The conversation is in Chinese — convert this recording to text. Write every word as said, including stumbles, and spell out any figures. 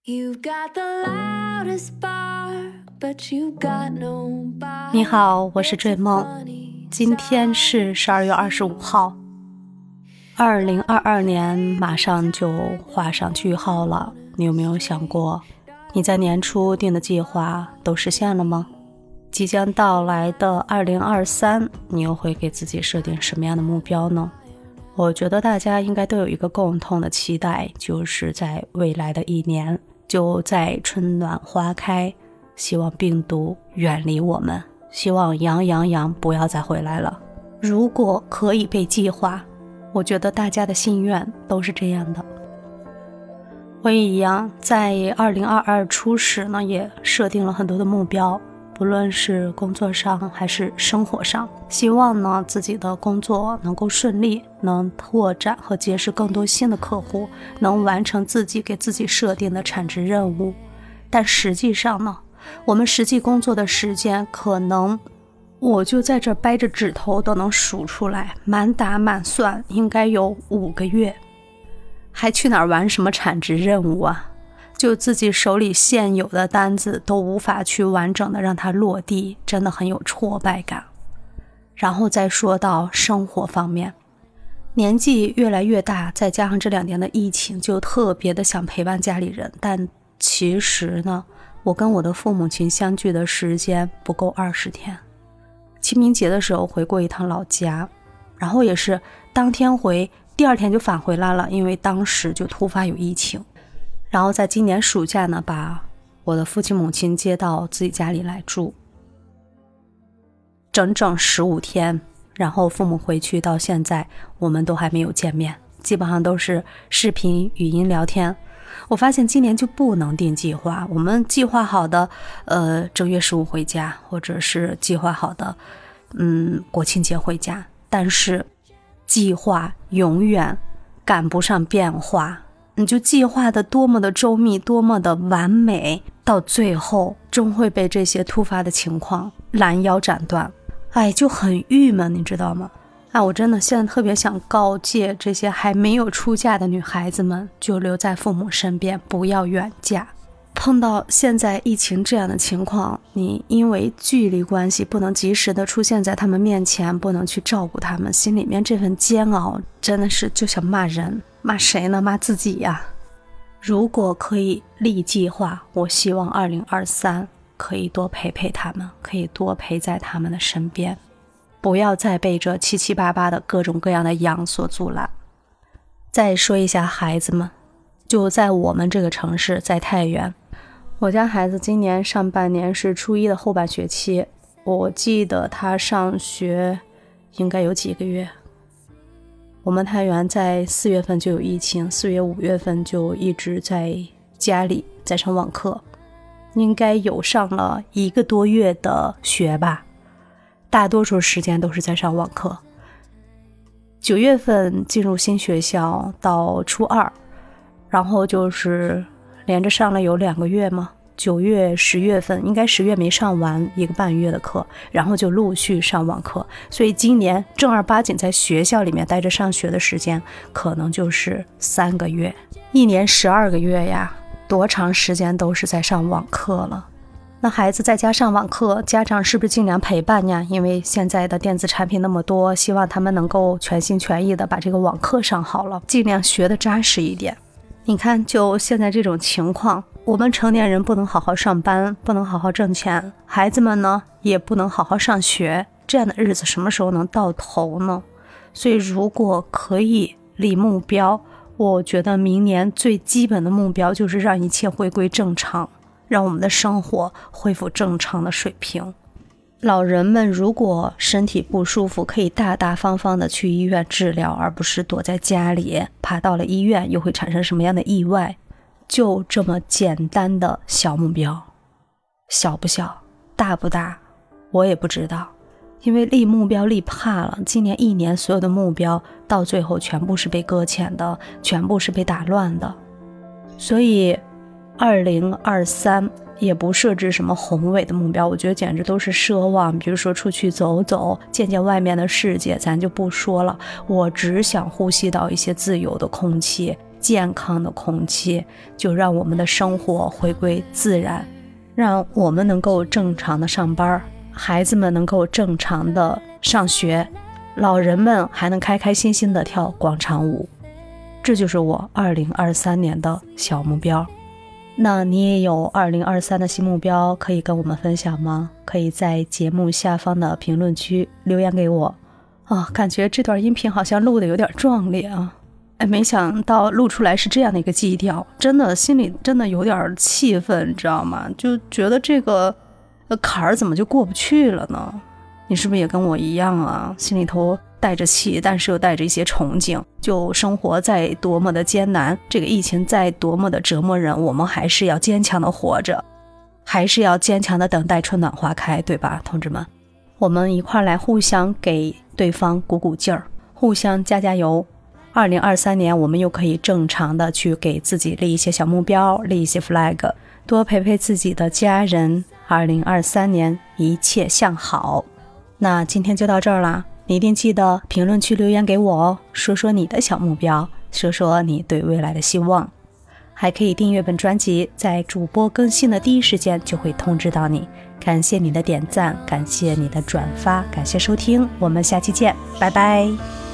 You've got the loudest bark, but you've got nobody. 你好，我是坠梦，今天是十二月二十五号，二零二二年马上就画上句号了。你有没有想过，你在年初定的计划都实现了吗？即将到来的二零二三，你又会给自己设定什么样的目标呢？我觉得大家应该都有一个共同的期待，就是在未来的一年，就在春暖花开，希望病毒远离我们，希望羊羊羊不要再回来了。如果可以被计划，我觉得大家的心愿都是这样的。我也一样，在二零二二初始呢，也设定了很多的目标，不论是工作上还是生活上，希望呢自己的工作能够顺利，能拓展和结识更多新的客户，能完成自己给自己设定的产值任务。但实际上呢，我们实际工作的时间可能我就在这掰着指头都能数出来，满打满算应该有五个月，还去哪儿玩什么产值任务啊？就自己手里现有的单子都无法去完整的让它落地，真的很有挫败感。然后再说到生活方面，年纪越来越大，再加上这两年的疫情，就特别的想陪伴家里人，但其实呢，我跟我的父母亲相聚的时间不够二十天。清明节的时候回过一趟老家，然后也是当天回，第二天就返回来了，因为当时就突发有疫情。然后在今年暑假呢，把我的父亲母亲接到自己家里来住，整整十五天。然后父母回去到现在，我们都还没有见面，基本上都是视频、语音聊天。我发现今年就不能定计划，我们计划好的，呃，正月十五回家，或者是计划好的，嗯，国庆节回家，但是计划永远赶不上变化。你就计划的多么的周密，多么的完美，到最后终会被这些突发的情况拦腰斩断。哎，就很郁闷，你知道吗？哎，我真的现在特别想告诫这些还没有出嫁的女孩子们，就留在父母身边，不要远嫁。碰到现在疫情这样的情况，你因为距离关系不能及时的出现在他们面前，不能去照顾他们，心里面这份煎熬真的是就想骂人。骂谁呢？骂自己呀。如果可以立计划，我希望二零二三可以多陪陪他们，可以多陪在他们的身边，不要再被这七七八八的各种各样的羊所阻拦。再说一下孩子们，就在我们这个城市，在太原，我家孩子今年上半年是初一的后半学期，我记得他上学应该有几个月。我们太原在四月份就有疫情，四月五月份就一直在家里在上网课，应该有上了一个多月的学吧，大多数时间都是在上网课。九月份进入新学校到初二，然后就是连着上了有两个月嘛，九月十月份应该十月没上完一个半月的课，然后就陆续上网课，所以今年正儿八经在学校里面待着上学的时间可能就是三个月，一年十二个月呀，多长时间都是在上网课了。那孩子在家上网课，家长是不是尽量陪伴呀？因为现在的电子产品那么多，希望他们能够全心全意的把这个网课上好了，尽量学得扎实一点。你看就现在这种情况，我们成年人不能好好上班，不能好好挣钱，孩子们呢也不能好好上学，这样的日子什么时候能到头呢？所以如果可以立目标，我觉得明年最基本的目标就是让一切回归正常，让我们的生活恢复正常的水平。老人们如果身体不舒服，可以大大方方的去医院治疗，而不是躲在家里，怕到了医院又会产生什么样的意外。就这么简单的小目标，小不小，大不大，我也不知道，因为立目标立怕了，今年一年所有的目标到最后全部是被搁浅的，全部是被打乱的。所以二零二三也不设置什么宏伟的目标，我觉得简直都是奢望。比如说出去走走，见见外面的世界，咱就不说了，我只想呼吸到一些自由的空气， 健康的空气，就让我们的生活回归自然，让我们能够正常的上班，孩子们能够正常的上学，老人们还能开开心心的跳广场舞。这就是我二零二三年的小目标。那你也有二零二三的新目标可以跟我们分享吗？可以在节目下方的评论区留言给我啊！感觉这段音频好像录的有点壮烈啊，哎，没想到录出来是这样的一个基调，真的心里真的有点气愤，你知道吗？就觉得这个坎儿怎么就过不去了呢？你是不是也跟我一样啊？心里头带着气，但是又带着一些憧憬，就生活再多么的艰难，这个疫情再多么的折磨人，我们还是要坚强的活着，还是要坚强的等待春暖花开，对吧，同志们？我们一块来互相给对方鼓鼓劲儿，互相加加油。二零二三年我们又可以正常的去给自己立一些小目标，立一些 flag， 多陪陪自己的家人。二零二三年一切向好。那今天就到这儿啦，你一定记得评论区留言给我哦，说说你的小目标，说说你对未来的希望。还可以订阅本专辑，在主播更新的第一时间就会通知到你。感谢你的点赞，感谢你的转发，感谢收听，我们下期见，拜拜。